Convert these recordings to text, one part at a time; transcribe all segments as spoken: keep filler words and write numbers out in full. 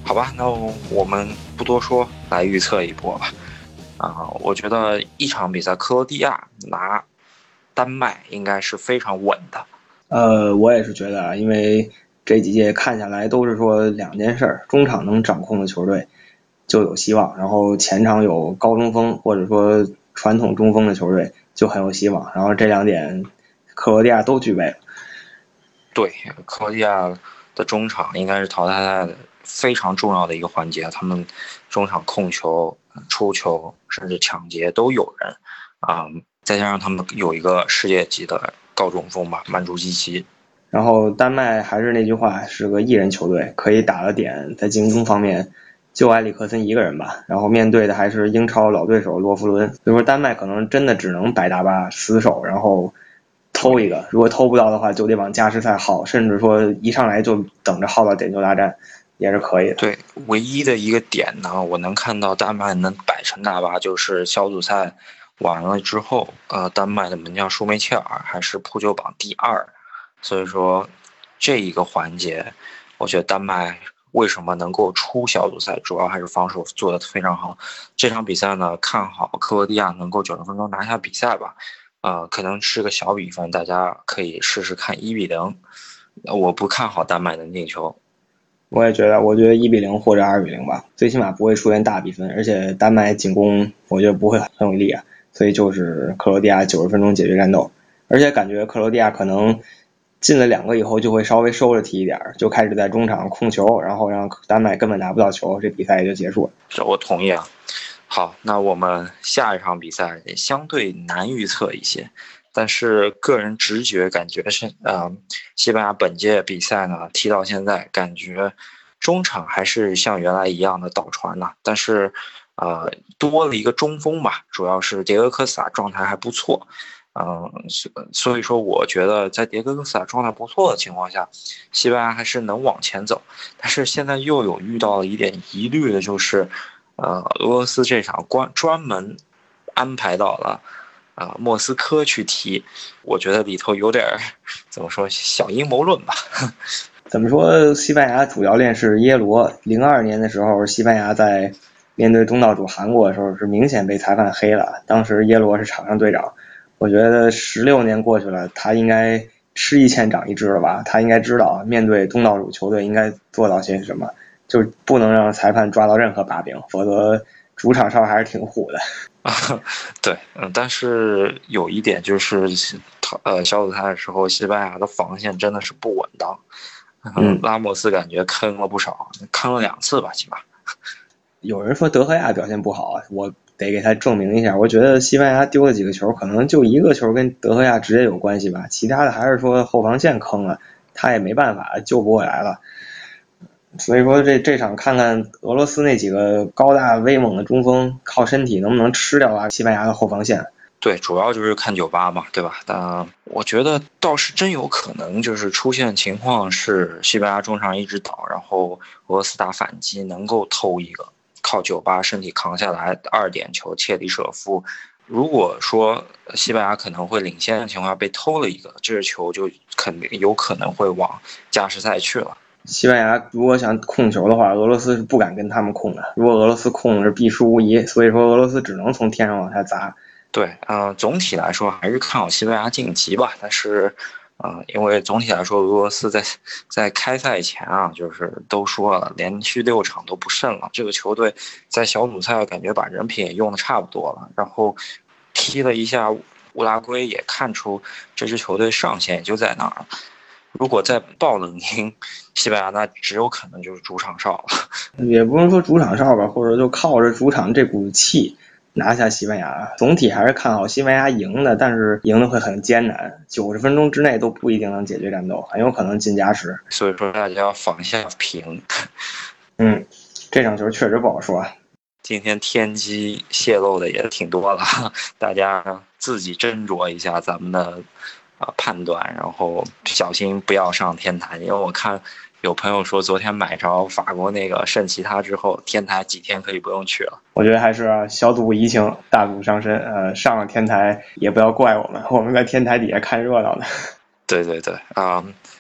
好吧，那我们不多说，来预测一波吧。啊、我觉得一场比赛克罗地亚拿丹麦应该是非常稳的。 呃，我也是觉得啊，因为这几届看下来都是说两件事，中场能掌控的球队就有希望，然后前场有高中锋或者说传统中锋的球队就很有希望，然后这两点克罗地亚都具备了。 对，克罗地亚的中场应该是淘汰赛的非常重要的一个环节，他们中场控球、出球甚至抢劫都有人啊、嗯，再加上他们有一个世界级的高中锋吧，曼朱基奇。 然后丹麦还是那句话，是个一人球队，可以打的点在进攻方面就埃里克森一个人吧。然后面对的还是英超老对手洛夫伦，所以说丹麦可能真的只能摆大巴死守，然后偷一个。如果偷不到的话，就得往加时赛耗，甚至说一上来就等着耗到点球大战，也是可以的。 对，唯一的一个点呢，我能看到丹麦能摆成大巴，就是小组赛完了之后，呃，丹麦的门将舒梅切尔还是扑救榜第二，所以说这一个环节，我觉得丹麦为什么能够出小组赛，主要还是防守做得非常好。这场比赛呢，看好克罗地亚能够九十分钟拿下比赛吧，呃，可能是个小比分，大家可以试试看一比零。我不看好丹麦能进球。 我也觉得，我觉得一比零或者二比零吧，最起码不会出现大比分，而且丹麦进攻我觉得不会很有力啊，所以就是克罗地亚九十分钟解决战斗，而且感觉克罗地亚可能进了两个以后就会稍微收着踢一点，就开始在中场控球，然后让丹麦根本拿不到球，这比赛也就结束了。 这我同意啊。好，那我们下一场比赛相对难预测一些，但是个人直觉感觉是，呃，西班牙本届比赛呢踢到现在，感觉中场还是像原来一样的倒传了，但是，呃，多了一个中锋吧，主要是迭戈科斯塔状态还不错，嗯，所以说我觉得在迭戈科斯塔状态不错的情况下，西班牙还是能往前走，但是现在又有遇到了一点疑虑的就是。呃，俄罗斯这场关专门安排到了啊、呃、莫斯科去踢，我觉得里头有点怎么说小阴谋论吧。 怎么说？西班牙主教练是耶罗。零二年的时候，西班牙在面对东道主韩国的时候，是明显被裁判黑了。当时耶罗是场上队长。我觉得十六年过去了，他应该吃一堑长一智了吧？他应该知道面对东道主球队应该做到些什么，就是不能让裁判抓到任何把柄，否则主场哨还是挺虎的。 对，嗯，但是有一点就是，呃，小组赛的时候，西班牙的防线真的是不稳当。嗯， 嗯， 拉莫斯感觉坑了不少，坑了两次吧，起码。 有人说德赫亚表现不好，我得给他证明一下。我觉得西班牙丢了几个球，可能就一个球跟德赫亚直接有关系吧，其他的还是说后防线坑了，他也没办法救不过来了。所以说这这场看看俄罗斯那几个高大威猛的中锋靠身体能不能吃掉啊西班牙的后防线。 对，主要就是看酒吧嘛，对吧？但我觉得倒是真有可能，就是出现情况是西班牙中场一直倒，然后俄罗斯打反击，能够偷一个，靠酒吧身体扛下来二点球，切里舍夫。如果说西班牙可能会领先的情况下被偷了一个，这个球就肯定有可能会往加时赛去了。 西班牙如果想控球的话，俄罗斯是不敢跟他们控的。如果俄罗斯控是必输无疑，所以说俄罗斯只能从天上往下砸。 对，呃，总体来说还是看好西班牙晋级吧。但是，呃，因为总体来说，俄罗斯在在开赛前啊，就是都说了，连续六场都不胜了。这个球队在小组赛感觉把人品也用的差不多了，然后踢了一下乌拉圭，也看出这支球队上限也就在那儿了。如果再爆冷赢西班牙，那只有可能就是主场哨了。 也不能说主场哨吧，或者就靠着主场这股气拿下西班牙。总体还是看好西班牙赢的，但是赢的会很艰难，九十分钟之内都不一定能解决战斗，很有可能进加时。 所以说大家要防下平。 嗯，这场球确实不好说。 今天天机泄露的也挺多了，大家自己斟酌一下咱们的呃判断，然后小心不要上天台。因为我看有朋友说，昨天买着法国那个圣其他之后，天台几天可以不用去了。 我觉得还是小赌怡情，大赌伤身。呃，上了天台也不要怪我们，我们在天台底下看热闹呢。 对对对啊、呃，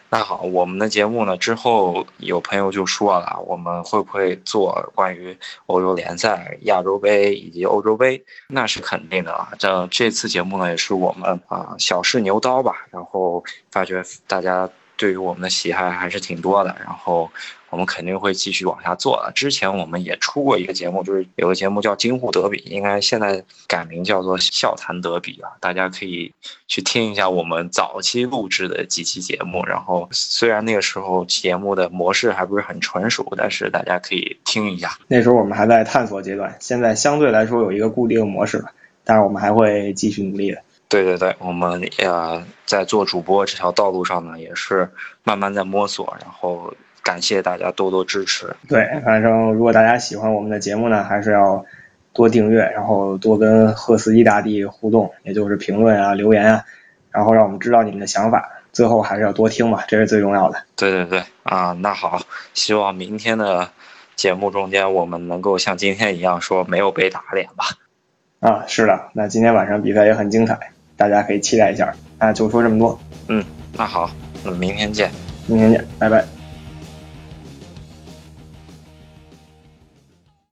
那好，我们的节目呢，之后有朋友就说了，我们会不会做关于欧洲联赛、亚洲杯以及欧洲杯？那是肯定的啊。这这次节目呢，也是我们啊小试牛刀吧，然后发觉大家对于我们的喜爱还是挺多的，然后我们肯定会继续往下做的。之前我们也出过一个节目，就是有个节目叫京沪德比，应该现在改名叫做笑谈德比了，大家可以去听一下我们早期录制的几期节目。然后虽然那个时候节目的模式还不是很纯熟，但是大家可以听一下。 那时候我们还在探索阶段，现在相对来说有一个固定模式吧，但是我们还会继续努力的。 对对对，我们呃在做主播这条道路上呢，也是慢慢在摸索，然后感谢大家多多支持。 对，反正如果大家喜欢我们的节目呢，还是要多订阅，然后多跟赫斯基大帝互动，也就是评论啊、留言啊，然后让我们知道你们的想法。最后还是要多听嘛，这是最重要的。 对对对啊，那好，希望明天的节目中间我们能够像今天一样说没有被打脸吧。 啊，是的，那今天晚上比赛也很精彩，大家可以期待一下。那就说这么多。 嗯，那好，那明天见。 明天见，拜拜。